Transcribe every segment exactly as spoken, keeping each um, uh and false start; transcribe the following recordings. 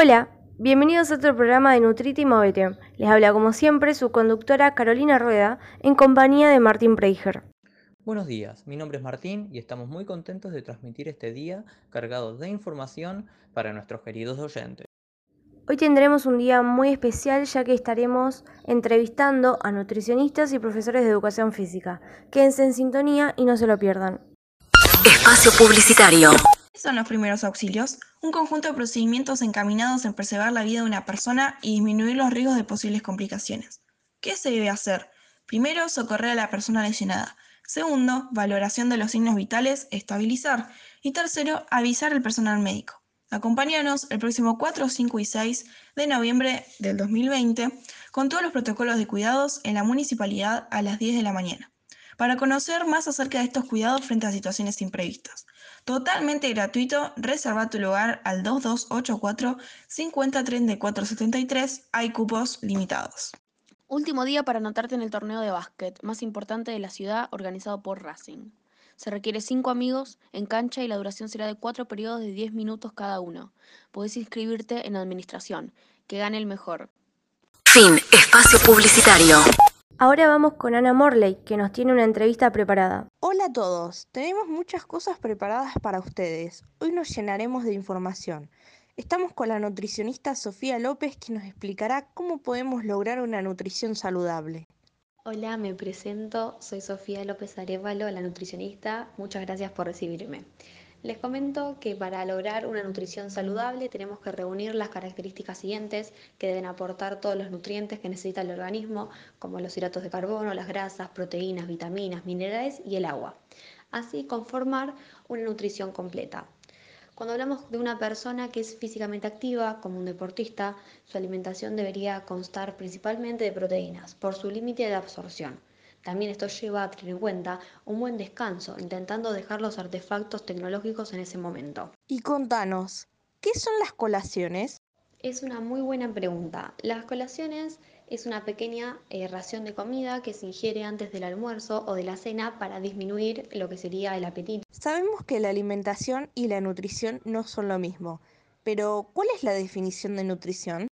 Hola, bienvenidos a otro programa de Nutrite y Movete. Les habla como siempre su conductora Carolina Rueda en compañía de Martín Preiger. Buenos días, mi nombre es Martín y estamos muy contentos de transmitir este día cargado de información para nuestros queridos oyentes. Hoy tendremos un día muy especial ya que estaremos entrevistando a nutricionistas y profesores de educación física. Quédense en sintonía y no se lo pierdan. Espacio publicitario. ¿Qué son los primeros auxilios? Un conjunto de procedimientos encaminados en preservar la vida de una persona y disminuir los riesgos de posibles complicaciones. ¿Qué se debe hacer? Primero, socorrer a la persona lesionada. Segundo, valoración de los signos vitales, estabilizar. Y tercero, avisar al personal médico. Acompáñanos el próximo cuatro, cinco y seis de noviembre del dos mil veinte con todos los protocolos de cuidados en la municipalidad a las diez de la mañana, para conocer más acerca de estos cuidados frente a situaciones imprevistas. Totalmente gratuito, reserva tu lugar al dos dos ocho cuatro, cinco cero tres cuatro siete tres, hay cupos limitados. Último día para anotarte en el torneo de básquet más importante de la ciudad organizado por Racing. Se requiere cinco amigos en cancha y la duración será de cuatro periodos de diez minutos cada uno. Podés inscribirte en administración. Que gane el mejor. Fin. Espacio publicitario. Ahora vamos con Ana Morley, que nos tiene una entrevista preparada. Hola a todos, tenemos muchas cosas preparadas para ustedes. Hoy nos llenaremos de información. Estamos con la nutricionista Sofía López, que nos explicará cómo podemos lograr una nutrición saludable. Hola, me presento, soy Sofía López Arévalo, la nutricionista. Muchas gracias por recibirme. Les comento que para lograr una nutrición saludable tenemos que reunir las características siguientes que deben aportar todos los nutrientes que necesita el organismo, como los hidratos de carbono, las grasas, proteínas, vitaminas, minerales y el agua. Así conformar una nutrición completa. Cuando hablamos de una persona que es físicamente activa, como un deportista, su alimentación debería constar principalmente de proteínas, por su límite de absorción. También esto lleva a tener en cuenta un buen descanso, intentando dejar los artefactos tecnológicos en ese momento. Y contanos, ¿qué son las colaciones? Es una muy buena pregunta. Las colaciones es una pequeña eh, ración de comida que se ingiere antes del almuerzo o de la cena para disminuir lo que sería el apetito. Sabemos que la alimentación y la nutrición no son lo mismo, pero ¿cuál es la definición de nutrición?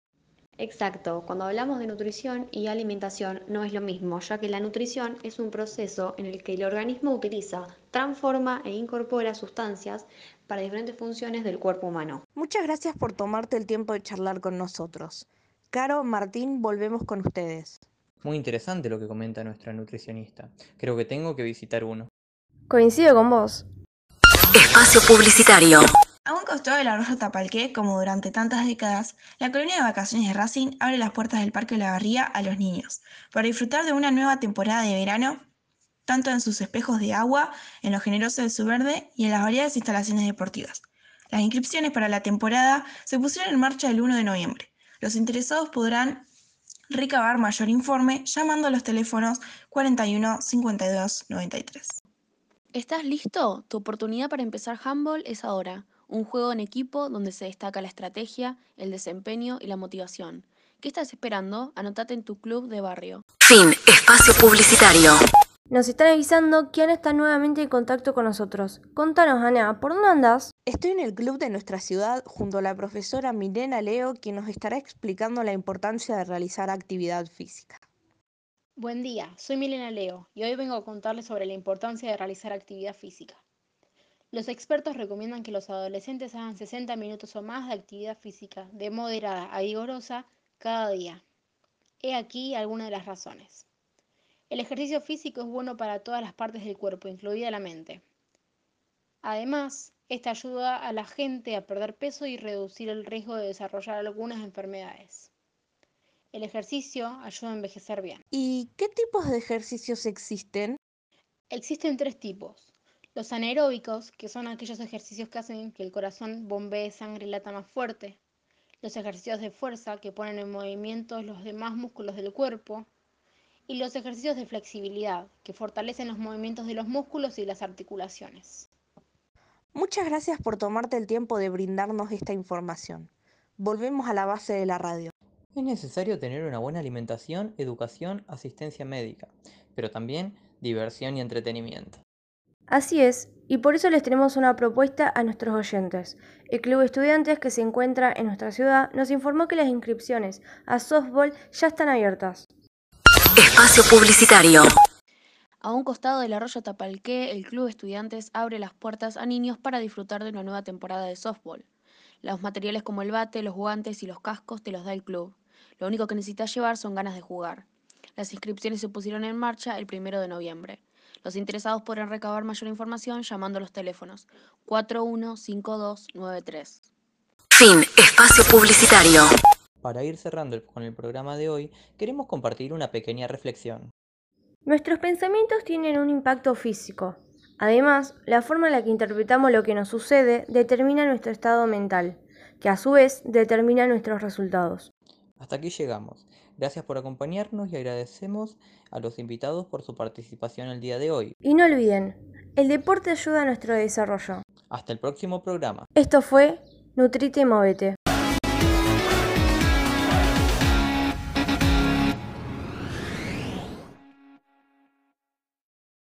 Exacto, cuando hablamos de nutrición y alimentación no es lo mismo, ya que la nutrición es un proceso en el que el organismo utiliza, transforma e incorpora sustancias para diferentes funciones del cuerpo humano. Muchas gracias por tomarte el tiempo de charlar con nosotros. Caro, Martín, volvemos con ustedes. Muy interesante lo que comenta nuestra nutricionista. Creo que tengo que visitar uno. Coincido con vos. Espacio publicitario. A un costado del arroyo Tapalqué, como durante tantas décadas, la colonia de vacaciones de Racing abre las puertas del Parque La Barría a los niños, para disfrutar de una nueva temporada de verano, tanto en sus espejos de agua, en lo generoso de su verde y en las variadas instalaciones deportivas. Las inscripciones para la temporada se pusieron en marcha el primero de noviembre. Los interesados podrán recabar mayor informe llamando a los teléfonos cuarenta y uno, cincuenta y dos, noventa y tres. ¿Estás listo? Tu oportunidad para empezar handball es ahora. Un juego en equipo donde se destaca la estrategia, el desempeño y la motivación. ¿Qué estás esperando? Anótate en tu club de barrio. Fin. Espacio publicitario. Nos están avisando que Ana está nuevamente en contacto con nosotros. Contanos, Ana, ¿por dónde andás? Estoy en el club de nuestra ciudad junto a la profesora Milena Leo, quien nos estará explicando la importancia de realizar actividad física. Buen día, soy Milena Leo y hoy vengo a contarles sobre la importancia de realizar actividad física. Los expertos recomiendan que los adolescentes hagan sesenta minutos o más de actividad física de moderada a vigorosa cada día. He aquí algunas de las razones. El ejercicio físico es bueno para todas las partes del cuerpo, incluida la mente. Además, esta ayuda a la gente a perder peso y reducir el riesgo de desarrollar algunas enfermedades. El ejercicio ayuda a envejecer bien. ¿Y qué tipos de ejercicios existen? Existen tres tipos. Los anaeróbicos, que son aquellos ejercicios que hacen que el corazón bombee sangre y lata más fuerte. Los ejercicios de fuerza, que ponen en movimiento los demás músculos del cuerpo. Y los ejercicios de flexibilidad, que fortalecen los movimientos de los músculos y las articulaciones. Muchas gracias por tomarte el tiempo de brindarnos esta información. Volvemos a la base de la radio. Es necesario tener una buena alimentación, educación, asistencia médica, pero también diversión y entretenimiento. Así es, Y por eso les tenemos una propuesta a nuestros oyentes. El Club de Estudiantes que se encuentra en nuestra ciudad nos informó que las inscripciones a softball ya están abiertas. Espacio publicitario. A un costado del arroyo Tapalqué, el Club de Estudiantes abre las puertas a niños para disfrutar de una nueva temporada de softball. Los materiales como el bate, los guantes y los cascos te los da el club. Lo único que necesitas llevar son ganas de jugar. Las inscripciones se pusieron en marcha el primero de noviembre. Los interesados podrán recabar mayor información llamando a los teléfonos cuatro uno cinco dos nueve tres. Fin. Espacio publicitario. Para ir cerrando con el programa de hoy, queremos compartir una pequeña reflexión. Nuestros pensamientos tienen un impacto físico. Además, la forma en la que interpretamos lo que nos sucede determina nuestro estado mental, que a su vez determina nuestros resultados. Hasta aquí llegamos. Gracias por acompañarnos y agradecemos a los invitados por su participación el día de hoy. Y no olviden, el deporte ayuda a nuestro desarrollo. Hasta el próximo programa. Esto fue Nutrite y Movete.